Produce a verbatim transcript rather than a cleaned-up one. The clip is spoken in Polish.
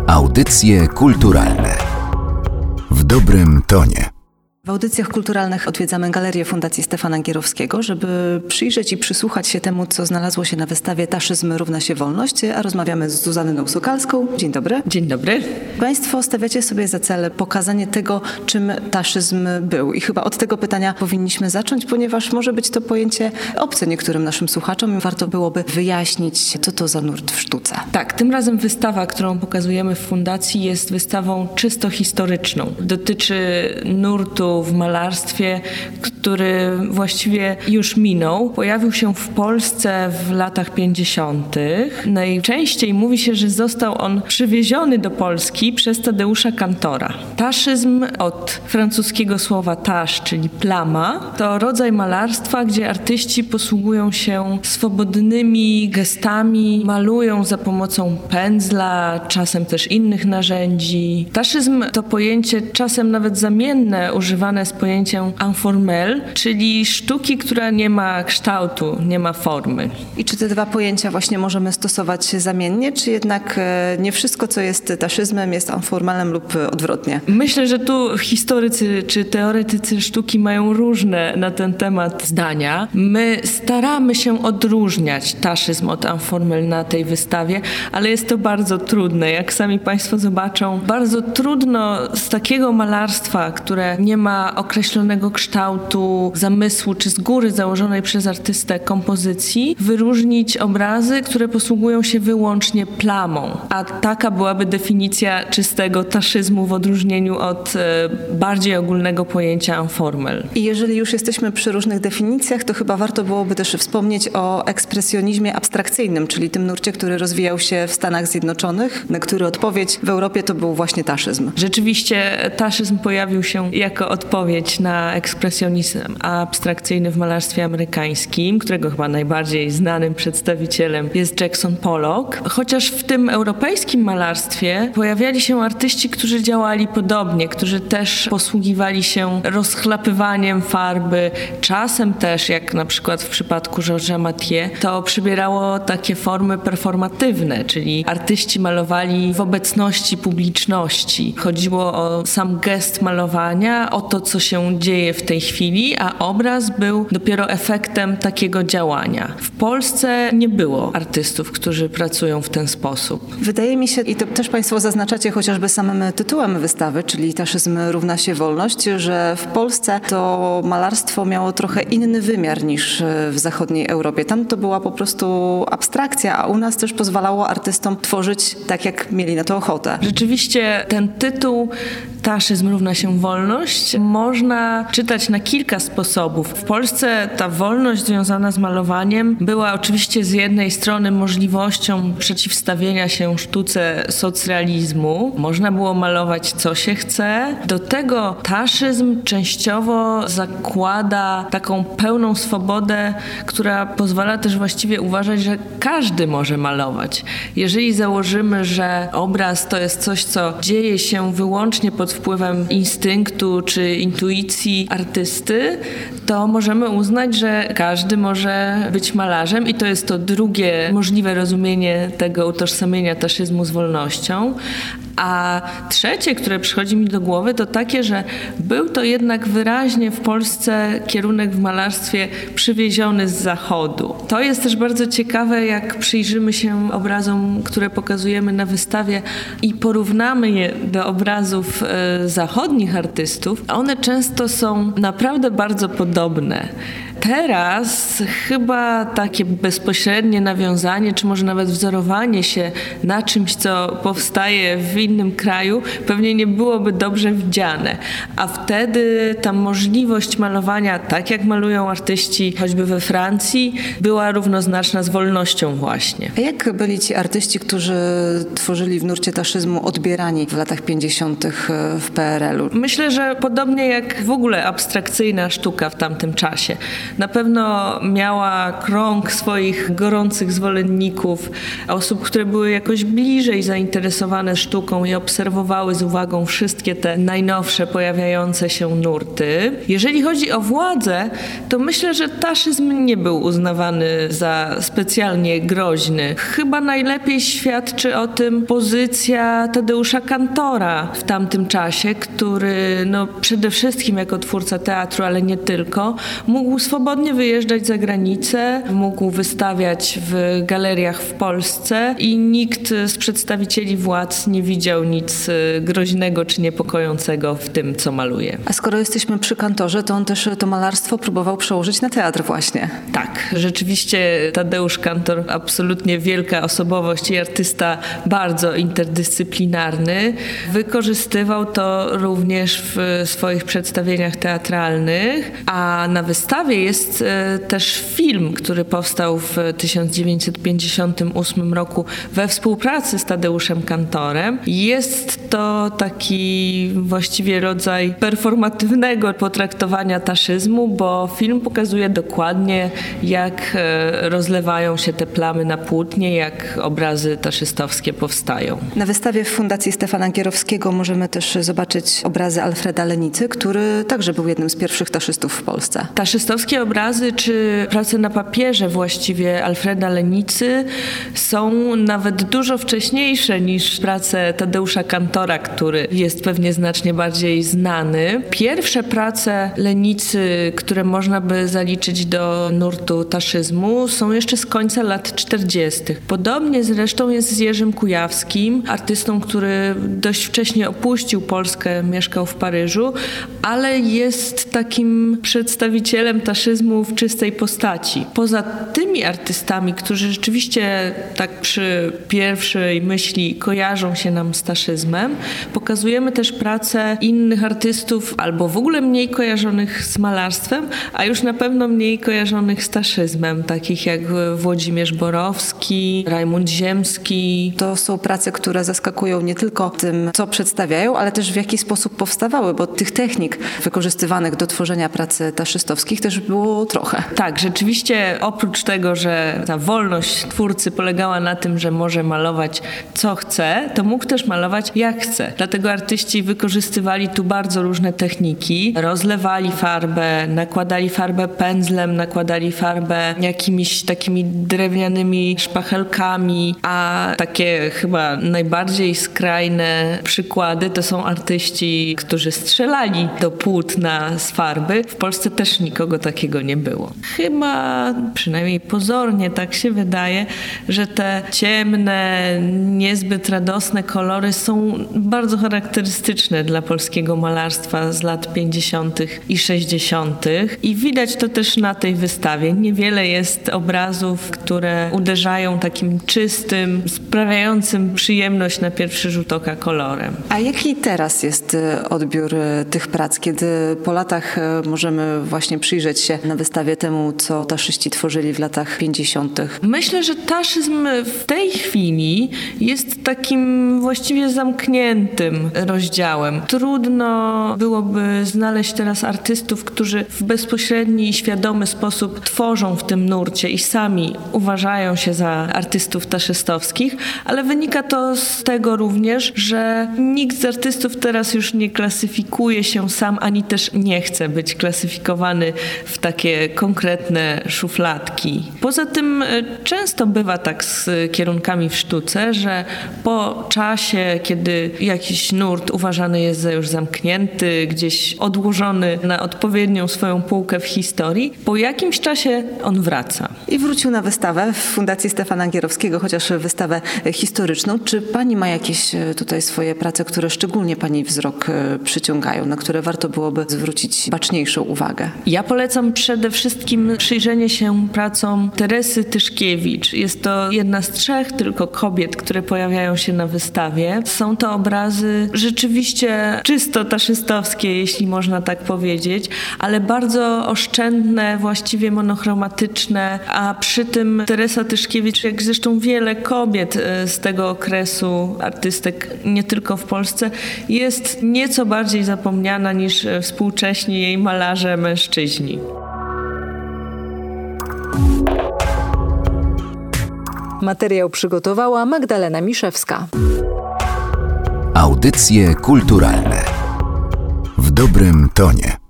Audycje kulturalne w dobrym tonie. W audycjach kulturalnych odwiedzamy Galerię Fundacji Stefana Gierowskiego, żeby przyjrzeć i przysłuchać się temu, co znalazło się na wystawie Taszyzm równa się wolność, a rozmawiamy z Zuzanną Sokalską. Dzień dobry. Dzień dobry. Państwo stawiacie sobie za cel pokazanie tego, czym taszyzm był. I chyba od tego pytania powinniśmy zacząć, ponieważ może być to pojęcie obce niektórym naszym słuchaczom i warto byłoby wyjaśnić, co to za nurt w sztuce. Tak, tym razem wystawa, którą pokazujemy w Fundacji, jest wystawą czysto historyczną. Dotyczy nurtu w malarstwie, który właściwie już minął. Pojawił się w Polsce w latach pięćdziesiątych. Najczęściej mówi się, że został on przywieziony do Polski przez Tadeusza Kantora. Taszyzm, od francuskiego słowa tache, czyli plama, to rodzaj malarstwa, gdzie artyści posługują się swobodnymi gestami, malują za pomocą pędzla, czasem też innych narzędzi. Taszyzm to pojęcie czasem nawet zamienne, używane z pojęciem informel, czyli sztuki, która nie ma kształtu, nie ma formy. I czy te dwa pojęcia właśnie możemy stosować zamiennie, czy jednak nie wszystko, co jest taszyzmem, jest informelem lub odwrotnie? Myślę, że tu historycy czy teoretycy sztuki mają różne na ten temat zdania. My staramy się odróżniać taszyzm od informel na tej wystawie, ale jest to bardzo trudne. Jak sami Państwo zobaczą, bardzo trudno z takiego malarstwa, które nie ma określonego kształtu, zamysłu czy z góry założonej przez artystę kompozycji, wyróżnić obrazy, które posługują się wyłącznie plamą. A taka byłaby definicja czystego taszyzmu w odróżnieniu od e, bardziej ogólnego pojęcia informel. I jeżeli już jesteśmy przy różnych definicjach, to chyba warto byłoby też wspomnieć o ekspresjonizmie abstrakcyjnym, czyli tym nurcie, który rozwijał się w Stanach Zjednoczonych, na który odpowiedź w Europie to był właśnie taszyzm. Rzeczywiście taszyzm pojawił się jako odpowiedź na ekspresjonizm abstrakcyjny w malarstwie amerykańskim, którego chyba najbardziej znanym przedstawicielem jest Jackson Pollock. Chociaż w tym europejskim malarstwie pojawiali się artyści, którzy działali podobnie, którzy też posługiwali się rozchlapywaniem farby. Czasem też, jak na przykład w przypadku Georgesa Mathieu, to przybierało takie formy performatywne, czyli artyści malowali w obecności publiczności. Chodziło o sam gest malowania, o to, co się dzieje w tej chwili, a obraz był dopiero efektem takiego działania. W Polsce nie było artystów, którzy pracują w ten sposób. Wydaje mi się, i to też Państwo zaznaczacie chociażby samym tytułem wystawy, czyli Taszyzm równa się wolność, że w Polsce to malarstwo miało trochę inny wymiar niż w zachodniej Europie. Tam to była po prostu abstrakcja, a u nas też pozwalało artystom tworzyć tak, jak mieli na to ochotę. Rzeczywiście ten tytuł Taszyzm równa się wolność można czytać na kilka sposobów. W Polsce ta wolność związana z malowaniem była oczywiście z jednej strony możliwością przeciwstawienia się sztuce socrealizmu. Można było malować co się chce. Do tego taszyzm częściowo zakłada taką pełną swobodę, która pozwala też właściwie uważać, że każdy może malować. Jeżeli założymy, że obraz to jest coś, co dzieje się wyłącznie pod wpływem instynktu czy intuicji artysty, to możemy uznać, że każdy może być malarzem i to jest to drugie możliwe rozumienie tego utożsamienia taszyzmu z wolnością. A trzecie, które przychodzi mi do głowy, to takie, że był to jednak wyraźnie w Polsce kierunek w malarstwie przywieziony z zachodu. To jest też bardzo ciekawe, jak przyjrzymy się obrazom, które pokazujemy na wystawie i porównamy je do obrazów e, zachodnich artystów. One często są naprawdę bardzo podobne. Teraz chyba takie bezpośrednie nawiązanie, czy może nawet wzorowanie się na czymś, co powstaje w innym kraju, pewnie nie byłoby dobrze widziane. A wtedy ta możliwość malowania, tak jak malują artyści choćby we Francji, była równoznaczna z wolnością właśnie. A jak byli ci artyści, którzy tworzyli w nurcie taszyzmu, odbierani w latach pięćdziesiątych w P R L u? Myślę, że podobnie jak w ogóle abstrakcyjna sztuka w tamtym czasie. Na pewno miała krąg swoich gorących zwolenników, osób, które były jakoś bliżej zainteresowane sztuką i obserwowały z uwagą wszystkie te najnowsze pojawiające się nurty. Jeżeli chodzi o władzę, to myślę, że taszyzm nie był uznawany za specjalnie groźny. Chyba najlepiej świadczy o tym pozycja Tadeusza Kantora w tamtym czasie, który no, przede wszystkim jako twórca teatru, ale nie tylko, mógł swobodnie wyjeżdżać za granicę, mógł wystawiać w galeriach w Polsce i nikt z przedstawicieli władz nie widział nic groźnego czy niepokojącego w tym, co maluje. A skoro jesteśmy przy Kantorze, to on też to malarstwo próbował przełożyć na teatr właśnie. Tak, rzeczywiście Tadeusz Kantor, absolutnie wielka osobowość i artysta bardzo interdyscyplinarny. Wykorzystywał to również w swoich przedstawieniach teatralnych, a na wystawie jest też film, który powstał w tysiąc dziewięćset pięćdziesiątym ósmym roku we współpracy z Tadeuszem Kantorem. Jest to taki właściwie rodzaj performatywnego potraktowania taszyzmu, bo film pokazuje dokładnie, jak rozlewają się te plamy na płótnie, jak obrazy taszystowskie powstają. Na wystawie w Fundacji Stefana Gierowskiego możemy też zobaczyć obrazy Alfreda Lenicy, który także był jednym z pierwszych taszystów w Polsce. Taszystowskie obrazy, czy prace na papierze właściwie Alfreda Lenicy są nawet dużo wcześniejsze niż prace Tadeusza Kantora, który jest pewnie znacznie bardziej znany. Pierwsze prace Lenicy, które można by zaliczyć do nurtu taszyzmu, są jeszcze z końca lat czterdziestych. Podobnie zresztą jest z Jerzym Kujawskim, artystą, który dość wcześnie opuścił Polskę, mieszkał w Paryżu, ale jest takim przedstawicielem taszyzmu w czystej postaci. Poza tymi artystami, którzy rzeczywiście tak przy pierwszej myśli kojarzą się nam z taszyzmem, pokazujemy też pracę innych artystów albo w ogóle mniej kojarzonych z malarstwem, a już na pewno mniej kojarzonych z taszyzmem, takich jak Włodzimierz Borowski, Rajmund Ziemski. To są prace, które zaskakują nie tylko tym, co przedstawiają, ale też w jaki sposób powstawały, bo tych technik wykorzystywanych do tworzenia prac taszystowskich też było trochę. Tak, rzeczywiście oprócz tego, że ta wolność twórcy polegała na tym, że może malować co chce, to mógł też malować jak chce. Dlatego artyści wykorzystywali tu bardzo różne techniki. Rozlewali farbę, nakładali farbę pędzlem, nakładali farbę jakimiś takimi drewnianymi szpachelkami, a takie chyba najbardziej skrajne przykłady to są artyści, którzy strzelali do płótna z farby. W Polsce też nikogo takiego nie było. Chyba, przynajmniej pozornie tak się wydaje, że te ciemne, niezbyt radosne kolory są bardzo charakterystyczne dla polskiego malarstwa z lat pięćdziesiątych i sześćdziesiątych. I widać to też na tej wystawie. Niewiele jest obrazów, które uderzają takim czystym, sprawiającym przyjemność na pierwszy rzut oka kolorem. A jaki teraz jest odbiór tych prac, kiedy po latach możemy właśnie przyjrzeć się na wystawie temu, co taszyści tworzyli w latach pięćdziesiątych? Myślę, że taszyzm w tej chwili jest takim właściwie zamkniętym rozdziałem. Trudno byłoby znaleźć teraz artystów, którzy w bezpośredni i świadomy sposób tworzą w tym nurcie i sami uważają się za artystów taszystowskich, ale wynika to z tego również, że nikt z artystów teraz już nie klasyfikuje się sam, ani też nie chce być klasyfikowany w takie konkretne szufladki. Poza tym często bywa tak z kierunkami w sztuce, że po czasie, kiedy jakiś nurt uważany jest za już zamknięty, gdzieś odłożony na odpowiednią swoją półkę w historii, po jakimś czasie on wraca. I wrócił na wystawę w Fundacji Stefana Gierowskiego, chociaż wystawę historyczną. Czy pani ma jakieś tutaj swoje prace, które szczególnie pani wzrok przyciągają, na które warto byłoby zwrócić baczniejszą uwagę? Ja polecam przede wszystkim przyjrzenie się pracom Teresy Tyszkiewicz. Jest to jedna z trzech tylko kobiet, które pojawiają się na wystawie. Są to obrazy rzeczywiście czysto taszystowskie, jeśli można tak powiedzieć, ale bardzo oszczędne, właściwie monochromatyczne, a przy tym Teresa Tyszkiewicz, jak zresztą wiele kobiet z tego okresu, artystek nie tylko w Polsce, jest nieco bardziej zapomniana niż współcześni jej malarze mężczyźni. Materiał przygotowała Magdalena Miszewska. Audycje kulturalne w dobrym tonie.